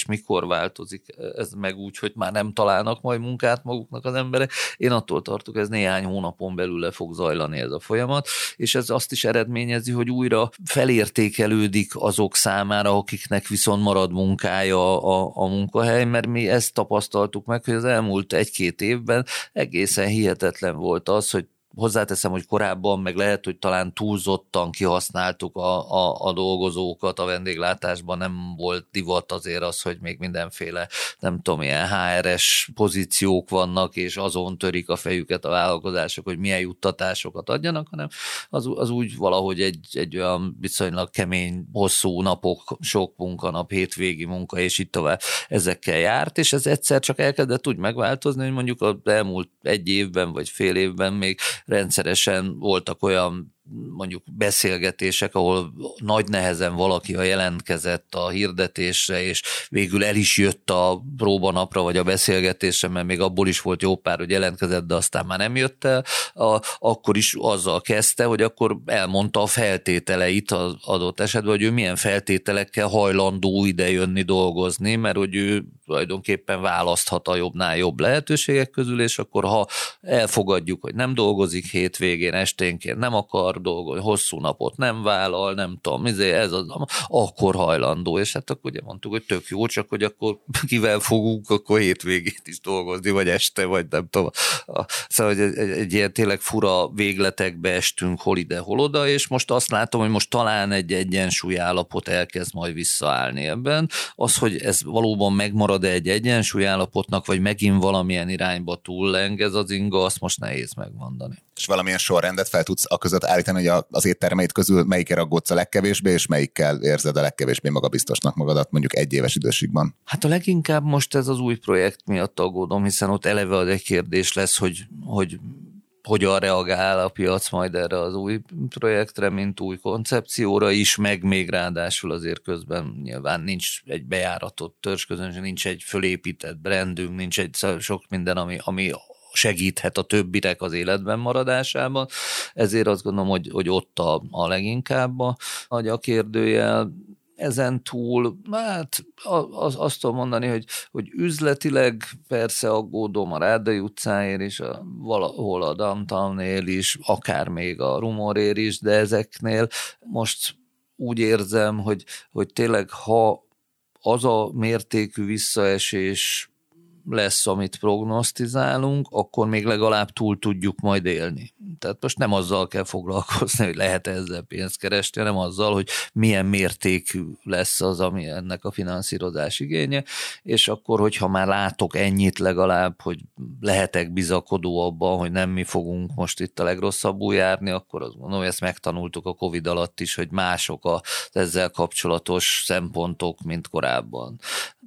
változik ez meg úgy, hogy már nem találnak majd munkát maguknak az emberek. Én attól tartok, ez néhány hónapon belül le fog zajlani ez a folyamat, és ez azt is eredményezi, hogy újra felértékelődik azok számára, akiknek viszont marad munkája a munkahely, mert mi ezt tapasztaltuk meg, hogy az elmúlt 1-2 évben egészen hihetetlen volt az, hogy hozzáteszem, hogy korábban meg lehet, hogy talán túlzottan kihasználtuk a dolgozókat a vendéglátásban, nem volt divat azért az, hogy még mindenféle, nem tudom, ilyen HR-es pozíciók vannak, és azon törik a fejüket a vállalkozások, hogy milyen juttatásokat adjanak, hanem az úgy valahogy egy olyan viszonylag kemény, hosszú napok, sok munkanap, hétvégi munka, és itt tovább ezekkel járt, és ez egyszer csak elkezdett úgy megváltozni, hogy mondjuk az elmúlt 1 évben, vagy fél évben még rendszeresen voltak olyan mondjuk beszélgetések, ahol nagy nehezen valaki jelentkezett a hirdetésre, és végül el is jött a próbanapra, vagy a beszélgetésre, mert még abból is volt jó pár, hogy jelentkezett, de aztán már nem jött el, akkor is azzal kezdte, hogy akkor elmondta a feltételeit az adott esetben, hogy ő milyen feltételekkel hajlandó ide jönni dolgozni, mert hogy ő tulajdonképpen választhat a jobbnál jobb lehetőségek közül, és akkor ha elfogadjuk, hogy nem dolgozik hétvégén, esténként nem akar dolgozni, hosszú napot nem vállal, nem tudom, ez az, akkor hajlandó, és hát akkor ugye mondtuk, hogy tök jó, csak hogy akkor kivel fogunk, akkor hétvégét is dolgozni, vagy este, vagy nem tudom. Szóval egy ilyen tényleg fura végletekbe estünk hol ide, hol oda, és most azt látom, hogy most talán egy egyensúlyállapot elkezd majd visszaállni ebben. Az, hogy ez valóban megmarad-e egy egyensúlyállapotnak, vagy megint valamilyen irányba túlleng ez az inga, azt most nehéz megmondani. És valamilyen sorrendet fel tudsz a között állítani, hogy az éttermeid közül melyikkel aggódsz a legkevésbé, és melyikkel érzed a legkevésbé magabiztosnak magadat mondjuk 1 éves időségben? Hát a leginkább most ez az új projekt miatt aggódom, hiszen ott eleve az egy kérdés lesz, hogy hogyan reagál a piac majd erre az új projektre, mint új koncepcióra is, meg még ráadásul azért közben nyilván nincs egy bejáratott törzsközönség, nincs egy fölépített brandünk, nincs egy sok minden, ami segíthet a többinek az életben maradásában. Ezért azt gondolom, hogy ott a leginkább a kérdőjel. Ezen túl, hát azt tudom mondani, hogy üzletileg persze aggódom a Rádai utcáért is, valahol a Downtownnél is, akár még a Rumorért is, de ezeknél most úgy érzem, hogy tényleg ha az a mértékű visszaesés lesz, amit prognosztizálunk, akkor még legalább túl tudjuk majd élni. Tehát most nem azzal kell foglalkozni, hogy lehet ezzel pénzt keresni, hanem azzal, hogy milyen mértékű lesz az, ami ennek a finanszírozás igénye, és akkor, hogyha már látok ennyit legalább, hogy lehetek bizakodó abban, hogy nem mi fogunk most itt a legrosszabbul járni, akkor azt mondom, hogy ezt megtanultuk a Covid alatt is, hogy mások az ezzel kapcsolatos szempontok, mint korábban.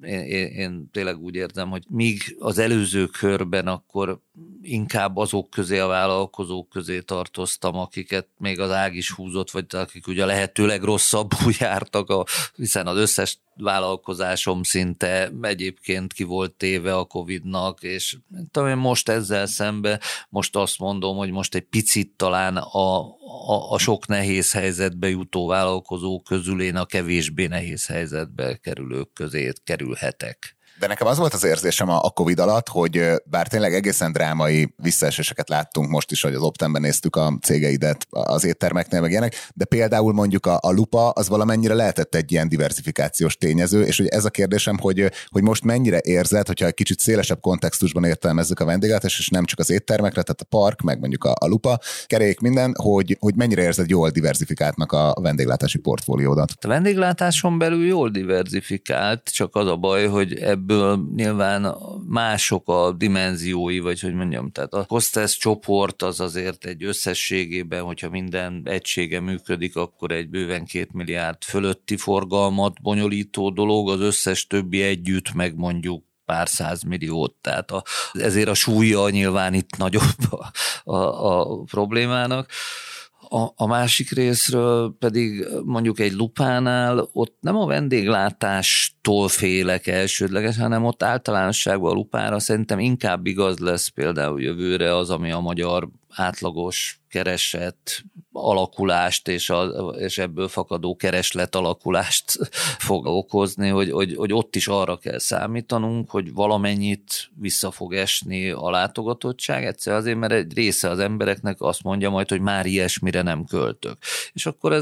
Én tényleg úgy érzem, hogy míg az előző körben akkor inkább azok közé, a vállalkozók közé tartoztam, akiket még az ág is húzott, vagy akik ugye a lehető legrosszabbul jártak, hiszen az összes vállalkozásom szinte egyébként ki volt téve a Covid-nak, és talán most ezzel szemben most azt mondom, hogy most egy picit talán a sok nehéz helyzetbe jutó vállalkozók közül én a kevésbé nehéz helyzetbe kerülők közé kerülhetek. De nekem az volt az érzésem a Covid alatt, hogy bár tényleg egészen drámai visszaeséseket láttunk most is, hogy az Optenben néztük a cégeidet az éttermeknél, meg ilyenek, de például mondjuk a lupa az valamennyire lehetett egy ilyen diversifikációs tényező, és hogy ez a kérdésem, hogy most mennyire érzed, hogyha egy kicsit szélesebb kontextusban értelmezzük a vendéglátást, és nem csak az éttermekre, tehát a park, meg mondjuk a lupa, kerék, minden, hogy mennyire érzed jól diversifikáltnak a vendéglátási portfóliódat? A vendéglátáson belül jól diversifikált, csak az a baj, hogy ebből nyilván mások a dimenziói, vagy hogy mondjam, tehát a hostess csoport az azért egy összességében, hogyha minden egysége működik, akkor egy bőven 2 milliárd fölötti forgalmat bonyolító dolog, az összes többi együtt meg mondjuk pár 100 milliót, tehát ezért a súlya nyilván itt nagyobb a problémának. A másik részről pedig mondjuk egy lupánál ott nem a vendéglátás attól félek elsődleges, hanem ott általánosságban a lupára szerintem inkább igaz lesz például jövőre az, ami a magyar átlagos kereslet alakulást és ebből fakadó kereslet alakulást fog okozni, hogy ott is arra kell számítanunk, hogy valamennyit vissza fog esni a látogatottság, egyszer azért, mert egy része az embereknek azt mondja majd, hogy már ilyesmire nem költök. És akkor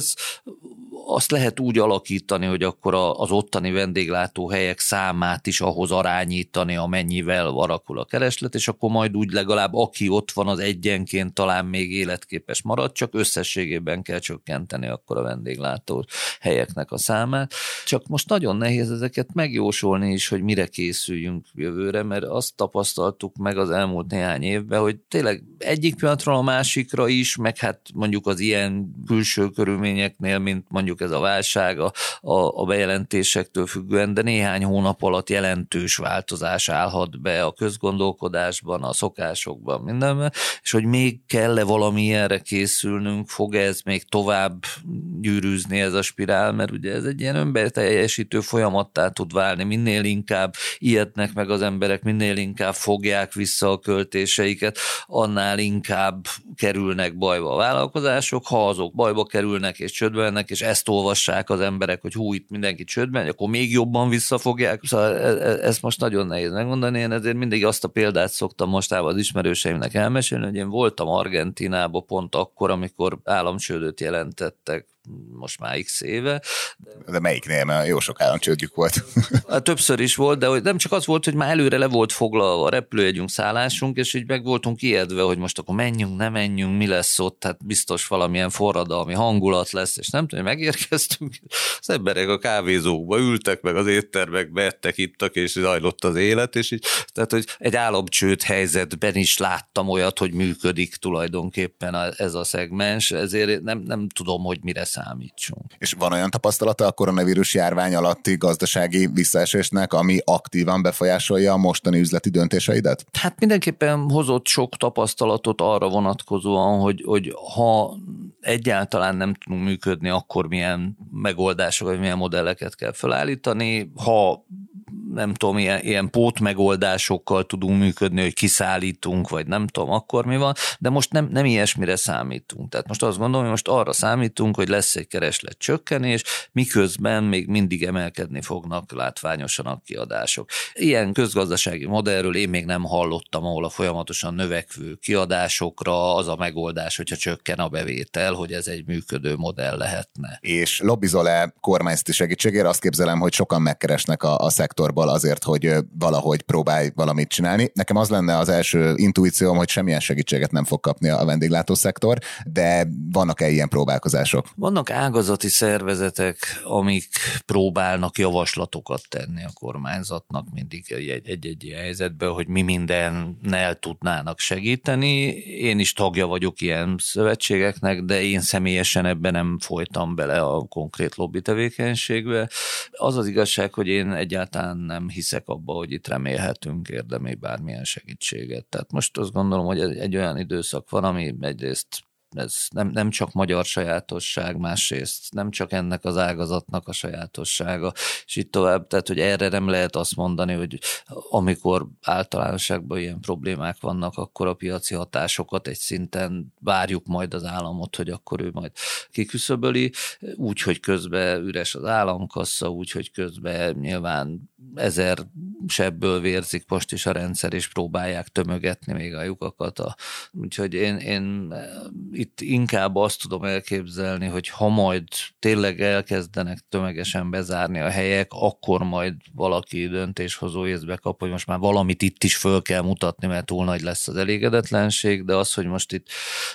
azt lehet úgy alakítani, hogy akkor az ottani vendéglátóhelyek számát is ahhoz arányítani, amennyivel alakul a kereslet, és akkor majd úgy legalább aki ott van, az egyenként talán még életképes marad, csak összességében kell csökkenteni akkor a vendéglátó helyeknek a számát. Csak most nagyon nehéz ezeket megjósolni is, hogy mire készüljünk jövőre, mert azt tapasztaltuk meg az elmúlt néhány évben, hogy tényleg egyik pillanatról a másikra is, meg hát mondjuk az ilyen külső körülményeknél, mint mondjuk ez a válság a bejelentésektől függően, de néhány hónap alatt jelentős változás állhat be a közgondolkodásban, a szokásokban, mindenben, és hogy még kell-e valami ilyenre készülnünk, fog ez még tovább gyűrűzni ez a spirál, mert ugye ez egy ilyen önbeteljesítő folyamattá tud válni, minél inkább ijednek meg az emberek, minél inkább fogják vissza a költéseiket, annál inkább kerülnek bajba a vállalkozások, ha azok bajba kerülnek és csődbe mennek, és ezt olvassák az emberek, hogy hú, itt mindenki csődben, akkor még jobban visszafogják. Szóval ezt most nagyon nehéz megmondani, én ezért mindig azt a példát szoktam mostában az ismerőseimnek elmesélni, hogy én voltam Argentínában pont akkor, amikor államcsődöt jelentettek, most már x éve. De melyiknél? Mert jó sok államcsődjük volt. Többször is volt, de hogy nem csak az volt, hogy már előre le volt foglalva a repülőjegyünk, szállásunk, és így meg voltunk ijedve, hogy most akkor menjünk, nem menjünk, mi lesz ott, hát biztos valamilyen forradalmi hangulat lesz, és nem tudom, megérkeztünk, az emberek a kávézókba ültek, meg az éttermekbe ettek, ittak, és zajlott az élet, és így, tehát, hogy egy államcsőd helyzetben is láttam olyat, hogy működik tulajdonképpen ez a szegmens, ezért nem tudom, hogy mire számítsunk. És van olyan tapasztalata a koronavírus járvány alatti gazdasági visszaesésnek, ami aktívan befolyásolja a mostani üzleti döntéseidet? Hát mindenképpen hozott sok tapasztalatot arra vonatkozóan, hogy ha egyáltalán nem tudunk működni, akkor milyen megoldásokat, vagy milyen modelleket kell felállítani, ha nem tudom, ilyen pótmegoldásokkal tudunk működni, hogy kiszállítunk, vagy nem tudom, akkor mi van, de most nem ilyesmire számítunk. Tehát most azt gondolom, hogy most arra számítunk, hogy lesz egy kereslet csökkenés, miközben még mindig emelkedni fognak látványosan a kiadások. Ilyen közgazdasági modellről én még nem hallottam, ahol a folyamatosan növekvő kiadásokra az a megoldás, hogyha csökken a bevétel, hogy ez egy működő modell lehetne. És lobbizol-e kormányzati segítségére? Azt képzelem, hogy sokan megkeresnek a szektorban azért, hogy valahogy próbálj valamit csinálni. Nekem az lenne az első intuícióm, hogy semmilyen segítséget nem fog kapni a vendéglátószektor, de vannak-e ilyen próbálkozások? Vannak ágazati szervezetek, amik próbálnak javaslatokat tenni a kormányzatnak mindig egy-egy ilyen helyzetben, hogy mi mindennel tudnának segíteni. Én is tagja vagyok ilyen szövetségeknek, de én személyesen ebben nem folytam bele a konkrét lobby tevékenységbe. Az az igazság, hogy én egyáltalán nem hiszek abba, hogy itt remélhetünk érdemi bármilyen segítséget. Tehát most azt gondolom, hogy egy olyan időszak van, ami egyrészt ez nem csak magyar sajátosság, másrészt nem csak ennek az ágazatnak a sajátossága, és itt tovább, tehát hogy erre nem lehet azt mondani, hogy amikor általánosságban ilyen problémák vannak, akkor a piaci hatásokat egy szinten várjuk majd az államot, hogy akkor ő majd kiküszöböli, úgy, hogy közben üres az államkassa, úgy, hogy közben nyilván 1000 sebből vérzik most is a rendszer, és próbálják tömögetni még a lyukakat. Úgyhogy én itt inkább azt tudom elképzelni, hogy ha majd tényleg elkezdenek tömegesen bezárni a helyek, akkor majd valaki döntéshozó észbe kap, hogy most már valamit itt is föl kell mutatni, mert túl nagy lesz az elégedetlenség, de az, hogy most itt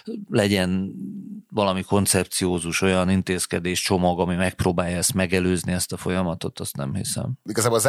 legyen valami koncepciózus olyan intézkedés csomag, ami megpróbálja ezt megelőzni, ezt a folyamatot, azt nem hiszem. Igazából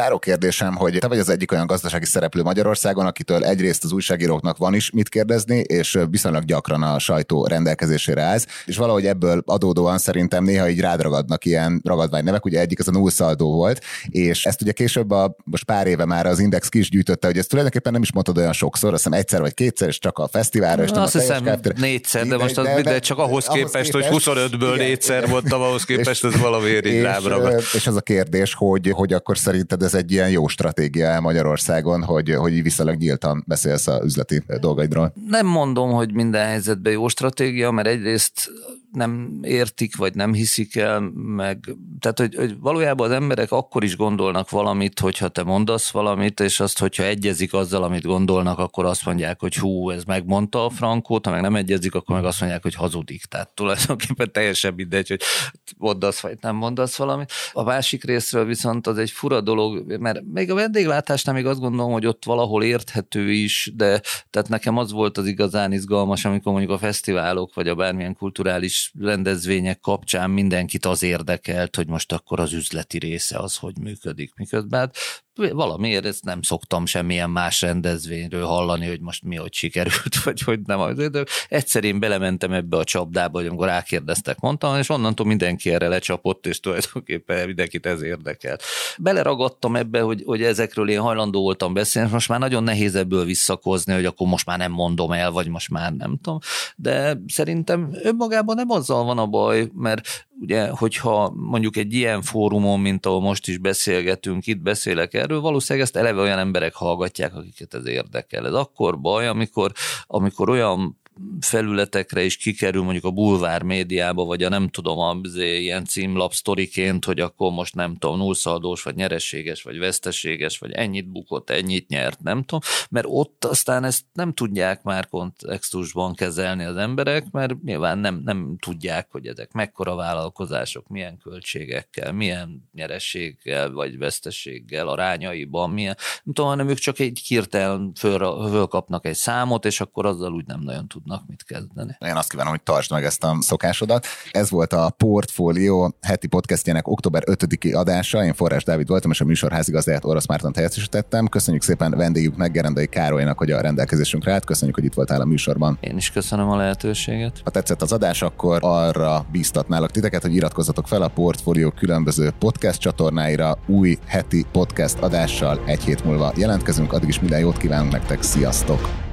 záró kérdésem, hogy te vagy az egyik olyan gazdasági szereplő Magyarországon, akitől egyrészt az újságíróknak van is mit kérdezni, és viszonylag gyakran a sajtó rendelkezésére állsz, és valahogy ebből adódóan szerintem néha így rádragadnak ilyen ragadványnevek, ugye egyik az a Null Saldo volt, és ezt ugye később most pár éve már az Index ki is gyűjtötte, hogy ezt tulajdonképpen nem is mondtad olyan sokszor, azt hiszem egyszer vagy kétszer, és csak a fesztiválra, és azt hiszem négyszer, de most de csak ahhoz képest, hogy 25-ből négyszer mondtam, ahhoz képest ez valamiért így rám ragad. És az a kérdés, hogy akkor szerinted ez egy ilyen jó stratégia Magyarországon, hogy így viszonylag nyíltan beszélsz az üzleti dolgaidról? Nem mondom, hogy minden helyzetben jó stratégia, mert egyrészt nem értik, vagy nem hiszik el, tehát, hogy valójában az emberek akkor is gondolnak valamit, hogyha te mondasz valamit, és azt, hogyha egyezik azzal, amit gondolnak, akkor azt mondják, hogy hú, ez megmondta a frankót, ha meg nem egyezik, akkor meg azt mondják, hogy hazudik. Tehát tulajdonképpen teljesen mindegy, hogy mondasz, vagy nem mondasz valamit. A másik részről viszont az egy fura dolog, mert még a vendéglátásnál még azt gondolom, hogy ott valahol érthető is, de tehát nekem az volt az igazán izgalmas, amikor mondjuk a fesztiválok, vagy a bármilyen kulturális rendezvények kapcsán mindenkit az érdekelt, hogy most akkor az üzleti része az, hogy működik. Miközben valamiért ezt nem szoktam semmilyen más rendezvényről hallani, hogy most mi hogy sikerült, vagy hogy nem. De egyszer én belementem ebbe a csapdába, hogy amikor rákérdeztek, mondtam, és onnantól mindenki erre lecsapott, és tulajdonképpen mindenkit ez érdekelt. Beleragadtam ebbe, hogy ezekről én hajlandó voltam beszélni, most már nagyon nehéz ebből visszakozni, hogy akkor most már nem mondom el, vagy most már nem tudom. De szerintem önmagában nem azzal van a baj, mert ugye, hogyha mondjuk egy ilyen fórumon, mint ahol most is beszélgetünk, itt beszélek erről, valószínűleg ezt eleve olyan emberek hallgatják, akiket ez érdekel. Ez akkor baj, amikor olyan felületekre is kikerül mondjuk a bulvár médiába, vagy a nem tudom, ilyen címlap sztoriként, hogy akkor most nem tudom, nullszaldós, vagy nyereséges, vagy veszteséges, vagy ennyit bukott, ennyit nyert, nem tudom, mert ott aztán ezt nem tudják már kontextusban kezelni az emberek, mert nyilván nem tudják, hogy ezek mekkora vállalkozások, milyen költségekkel, milyen nyerességgel, vagy veszteséggel, arányaiban, milyen, nem tudom, hanem ők csak egy hirtelen fölkapnak egy számot, és akkor azzal úgy nem nagyon tudnak mit kezdeni. Én azt kívánom, hogy tartsd meg ezt a szokásodat. Ez volt a Portfolio heti podcastjának október 5-i adása. Én Forrás Dávid voltam, és a műsor házigazdáját, Orosz Mártont helyettesítettem. Köszönjük szépen vendégünknek, Gerendai Károlynak, hogy a rendelkezésünkre állt. Köszönjük, hogy itt voltál a műsorban. Én is köszönöm a lehetőséget. Ha tetszett az adás, akkor arra bíztatnálak titeket, hogy iratkozzatok fel a Portfolio különböző podcast csatornáira. Új heti podcast adással egy hét múlva jelentkezünk. Addig is minden jót kívánunk nektek. Sziasztok!